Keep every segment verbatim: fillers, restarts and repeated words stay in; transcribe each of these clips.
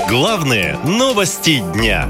Главные новости дня.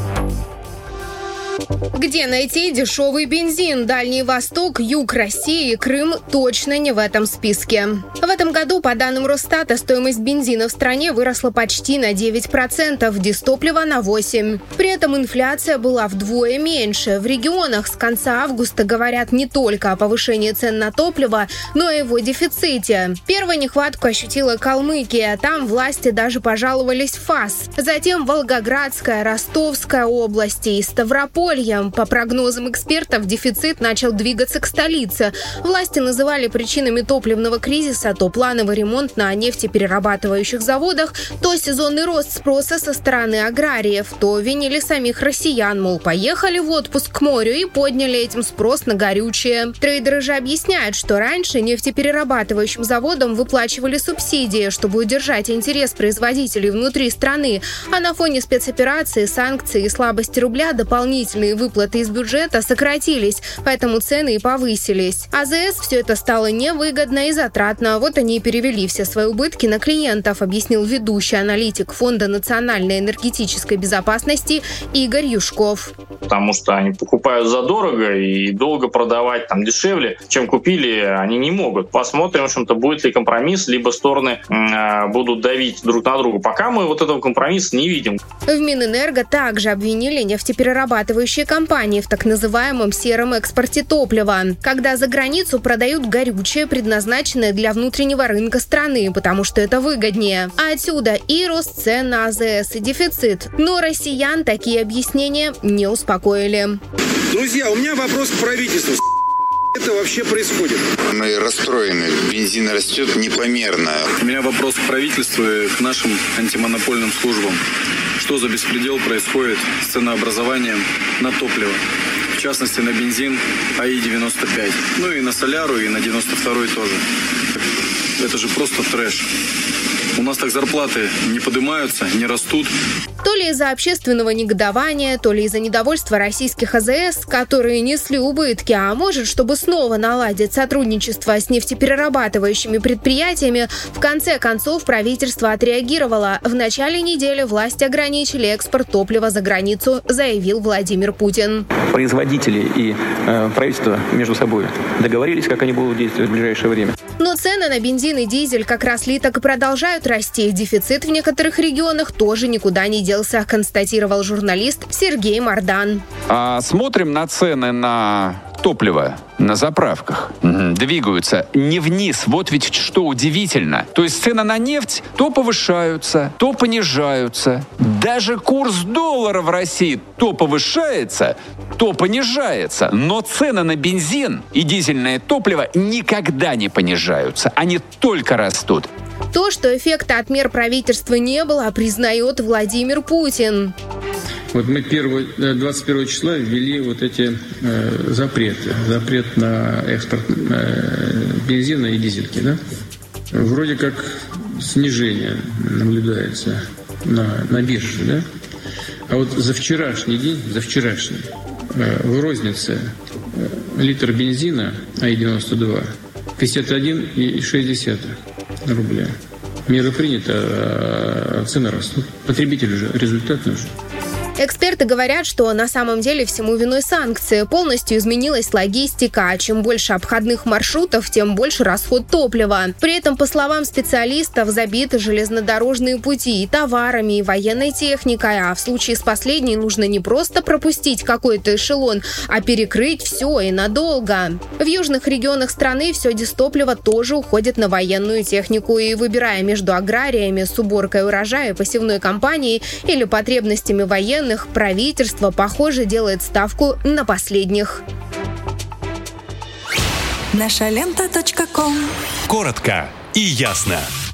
Где найти дешевый бензин? Дальний Восток, Юг России и Крым точно не в этом списке. В этом году, по данным Росстата, стоимость бензина в стране выросла почти на девять процентов, дизтоплива на восемь процентов. При этом инфляция была вдвое меньше. В регионах с конца августа говорят не только о повышении цен на топливо, но и о его дефиците. Первую нехватку ощутила Калмыкия. Там власти даже пожаловались в ФАС. Затем Волгоградская, Ростовская области и Ставрополье. По прогнозам экспертов, дефицит начал двигаться к столице. Власти называли причинами топливного кризиса то плановый ремонт на нефтеперерабатывающих заводах, то сезонный рост спроса со стороны аграриев, то винили самих россиян, мол, поехали в отпуск к морю и подняли этим спрос на горючее. Трейдеры же объясняют, что раньше нефтеперерабатывающим заводам выплачивали субсидии, чтобы удержать интерес производителей внутри страны, а на фоне спецоперации, санкций и слабости рубля дополнительные выплаты из бюджета сократились, поэтому цены и повысились. АЗС все это стало невыгодно и затратно. Вот они и перевели все свои убытки на клиентов, объяснил ведущий аналитик Фонда национальной энергетической безопасности Игорь Юшков. Потому что они покупают задорого и долго продавать там дешевле, чем купили, они не могут. Посмотрим, в общем-то, будет ли компромисс, либо стороны э, будут давить друг на друга. Пока мы вот этого компромисса не видим. В Минэнерго также обвинили нефтеперерабатывающие компании в так называемом сером экспорте топлива, когда за границу продают горючее, предназначенное для внутреннего рынка страны, потому что это выгоднее. А отсюда и рост цен на АЗС, и дефицит. Но россиян такие объяснения не успокоили. Друзья, у меня вопрос к правительству. Это вообще происходит? Мы расстроены. Бензин растет непомерно. У меня вопрос к правительству и к нашим антимонопольным службам. Что за беспредел происходит с ценообразованием на топливо? В частности, на бензин А И девяносто пять. Ну и на соляру, и на девяносто второй тоже. Это же просто трэш. У нас так зарплаты не поднимаются, не растут. То ли из-за общественного негодования, то ли из-за недовольства российских АЗС, которые несли убытки, а может, чтобы снова наладить сотрудничество с нефтеперерабатывающими предприятиями, в конце концов правительство отреагировало. В начале недели власти ограничили экспорт топлива за границу, заявил Владимир Путин. Производители и э, правительство между собой договорились, как они будут действовать в ближайшее время. Но цены на бензин и дизель как росли, так и продолжают расти. Дефицит в некоторых регионах тоже никуда не делся, констатировал журналист Сергей Мардан. А смотрим на цены на топливо на заправках. Угу. Двигаются не вниз. Вот ведь что удивительно. То есть цены на нефть то повышаются, то понижаются. Даже курс доллара в России то повышается, то понижается. Но цены на бензин и дизельное топливо никогда не понижаются. Они только растут. То, что эффекта от мер правительства не было, признает Владимир Путин. Вот мы двадцать первого числа ввели вот эти э, запреты. Запрет на экспорт э, бензина и дизельки, да? Вроде как снижение наблюдается на, на бирже, да? А вот за вчерашний день, за вчерашний, э, в рознице э, литр бензина А И девяносто два пятьдесят один и шесть десятых рубля. Меры приняты, а цены растут. Потребителю же результат нужен. Эксперты говорят, что на самом деле всему виной санкции. Полностью изменилась логистика. А чем больше обходных маршрутов, тем больше расход топлива. При этом, по словам специалистов, забиты железнодорожные пути и товарами, и военной техникой. А в случае с последней нужно не просто пропустить какой-то эшелон, а перекрыть все и надолго. В южных регионах страны все дизтопливо тоже уходит на военную технику. И выбирая между аграриями с уборкой урожая, посевной кампанией или потребностями военных, правительство, похоже, делает ставку на последних. наша лента точка ком. Коротко и ясно.